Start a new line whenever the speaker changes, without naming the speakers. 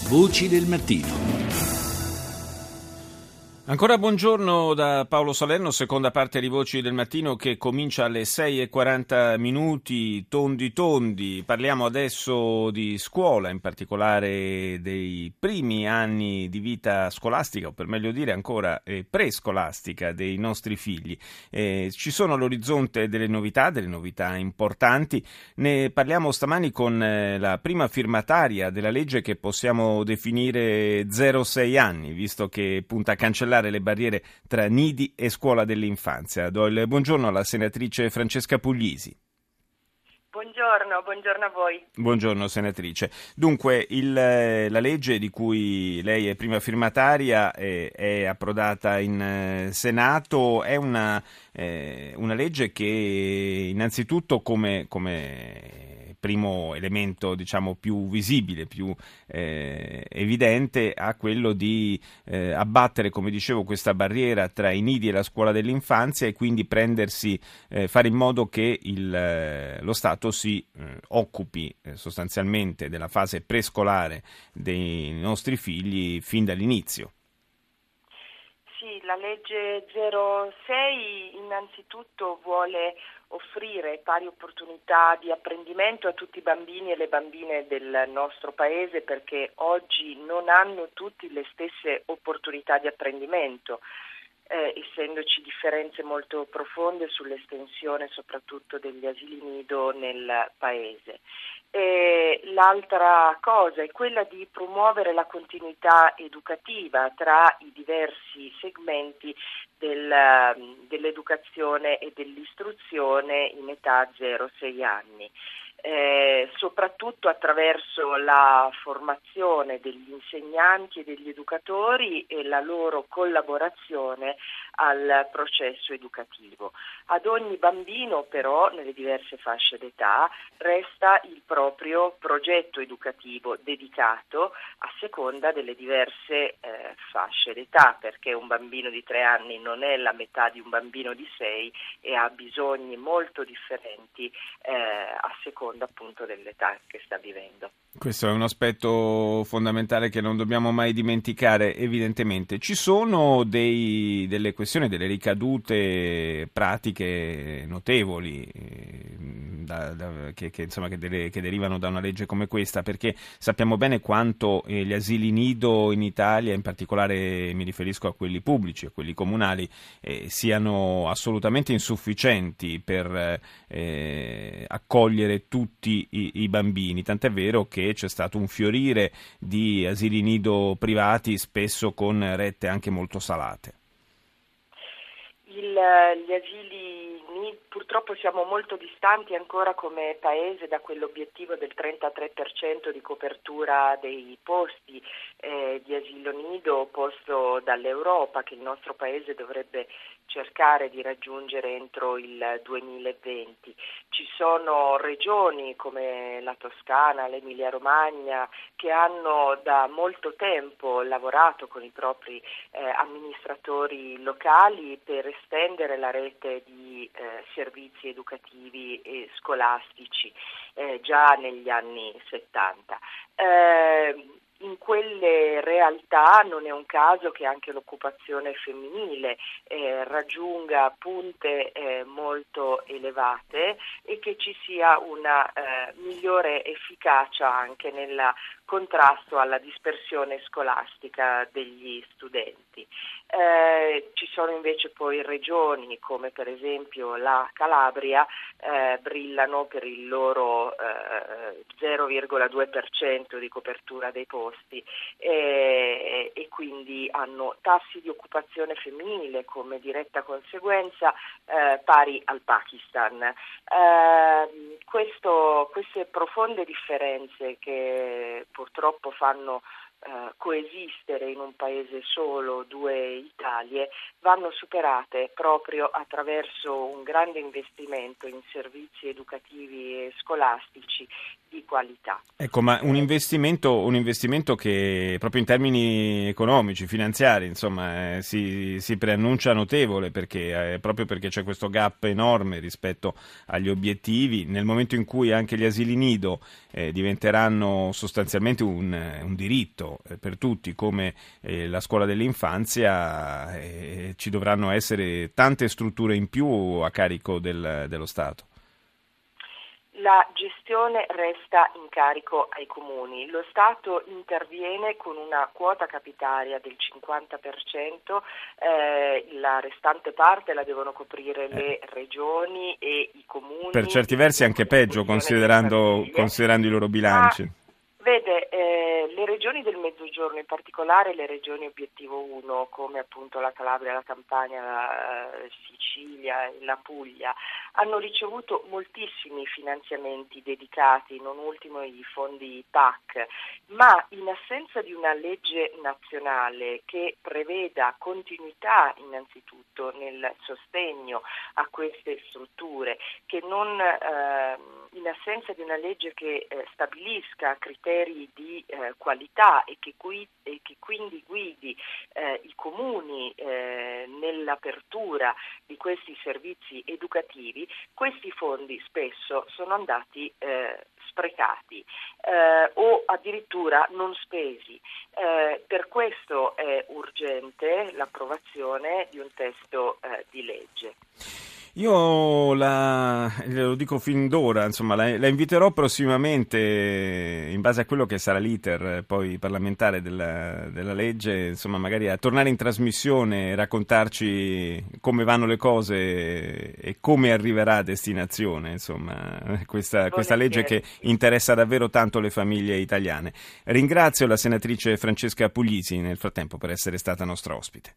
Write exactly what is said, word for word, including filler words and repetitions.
Voci del mattino. Ancora buongiorno da Paolo Salerno, seconda parte di Voci del Mattino che comincia alle sei e quaranta minuti, tondi tondi. Parliamo adesso di scuola, in particolare dei primi anni di vita scolastica, o per meglio dire ancora eh, prescolastica dei nostri figli. Eh, ci sono all'orizzonte delle novità, delle novità importanti. Ne parliamo stamani con eh, la prima firmataria della legge che possiamo definire zero sei anni, visto che punta a cancellare le barriere tra nidi e scuola dell'infanzia. Do il buongiorno alla senatrice Francesca Puglisi.
Buongiorno, buongiorno a voi.
Buongiorno senatrice. Dunque, il, la legge di cui lei è prima firmataria è, è approdata in eh, Senato, è una, eh, una legge che innanzitutto come, come primo elemento diciamo più visibile, più eh, evidente, ha quello di eh, abbattere, come dicevo, questa barriera tra i nidi e la scuola dell'infanzia e quindi prendersi, eh, fare in modo che il, eh, lo Stato si eh, occupi eh, sostanzialmente della fase prescolare dei nostri figli fin dall'inizio.
Sì, la legge zero sei innanzitutto vuole offrire pari opportunità di apprendimento a tutti i bambini e le bambine del nostro paese, perché oggi non hanno tutti le stesse opportunità di apprendimento. Eh, essendoci differenze molto profonde sull'estensione soprattutto degli asili nido nel paese. E l'altra cosa è quella di promuovere la continuità educativa tra i diversi segmenti del, dell'educazione e dell'istruzione in età zero sei anni. Eh, soprattutto attraverso la formazione degli insegnanti e degli educatori e la loro collaborazione al processo educativo. Ad ogni bambino però, nelle diverse fasce d'età, resta il proprio progetto educativo dedicato a seconda delle diverse eh, fasce d'età, perché un bambino di tre anni non è la metà di un bambino di sei e ha bisogni molto differenti eh, a seconda appunto dell'età che sta vivendo.
Questo è un aspetto fondamentale che non dobbiamo mai dimenticare, evidentemente. Ci sono dei, delle questioni, delle ricadute pratiche notevoli eh, da, da, che, che, insomma, che, delle, che derivano da una legge come questa, perché sappiamo bene quanto eh, gli asili nido in Italia, in particolare mi riferisco a quelli pubblici, a quelli comunali, eh, siano assolutamente insufficienti per eh, accogliere tutti i, i bambini, tant'è vero che c'è stato un fiorire di asili nido privati, spesso con rette anche molto salate.
Il, gli asili nido, purtroppo siamo molto distanti ancora come paese da quell'obiettivo del trentatré per cento di copertura dei posti eh, di asilo nido posto dall'Europa, che il nostro paese dovrebbe cercare di raggiungere entro il duemilaventi. Ci sono regioni come la Toscana, l'Emilia Romagna che hanno da molto tempo lavorato con i propri eh, amministratori locali per estendere la rete di eh, servizi educativi e scolastici eh, già negli anni settanta. Eh, In quelle realtà non è un caso che anche l'occupazione femminile eh, raggiunga punte eh, molto elevate e che ci sia una eh, migliore efficacia anche nel contrasto alla dispersione scolastica degli studenti. Eh, ci sono invece poi regioni come per esempio la Calabria eh, brillano per il loro eh, zero virgola due per cento di copertura dei posti e, e quindi hanno tassi di occupazione femminile come diretta conseguenza eh, pari al Pakistan. Eh, questo, queste profonde differenze che purtroppo fanno Uh, coesistere in un paese solo due Italie vanno superate proprio attraverso un grande investimento in servizi educativi e scolastici di qualità.
Ecco, ma un investimento, un investimento che proprio in termini economici, finanziari, insomma, eh, si, si preannuncia notevole, perché eh, proprio perché c'è questo gap enorme rispetto agli obiettivi. Nel momento in cui anche gli asili nido eh, diventeranno sostanzialmente un, un diritto eh, per tutti, come eh, la scuola dell'infanzia, eh, ci dovranno essere tante strutture in più a carico del, dello Stato.
La gestione resta in carico ai comuni. Lo Stato interviene con una quota capitaria del cinquanta per cento, eh, la restante parte la devono coprire le regioni e i comuni.
Per certi versi anche peggio, considerando, considerando i loro bilanci.
Ma, vede, eh, le regioni del Mezzogiorno, in particolare le regioni obiettivo uno, come appunto la Calabria, la Campania, la eh, Sicilia e la Puglia, hanno ricevuto moltissimi finanziamenti dedicati, non ultimo i fondi P A C, ma in assenza di una legge nazionale che preveda continuità innanzitutto nel sostegno a queste strutture, che non eh, in assenza di una legge che eh, stabilisca criteri di eh, qualità e che, qui, e che quindi guidi eh, i comuni eh, nell'apertura di questi servizi educativi, questi fondi spesso sono andati eh, sprecati eh, o addirittura non spesi. Eh, per questo è urgente l'approvazione di un testo eh, di legge.
Io la, lo dico fin d'ora, insomma, la, la inviterò prossimamente, in base a quello che sarà l'iter poi parlamentare della, della legge, insomma, magari a tornare in trasmissione e raccontarci come vanno le cose e come arriverà a destinazione, insomma, questa, questa legge che interessa davvero tanto le famiglie italiane. Ringrazio la senatrice Francesca Puglisi nel frattempo per essere stata nostra ospite.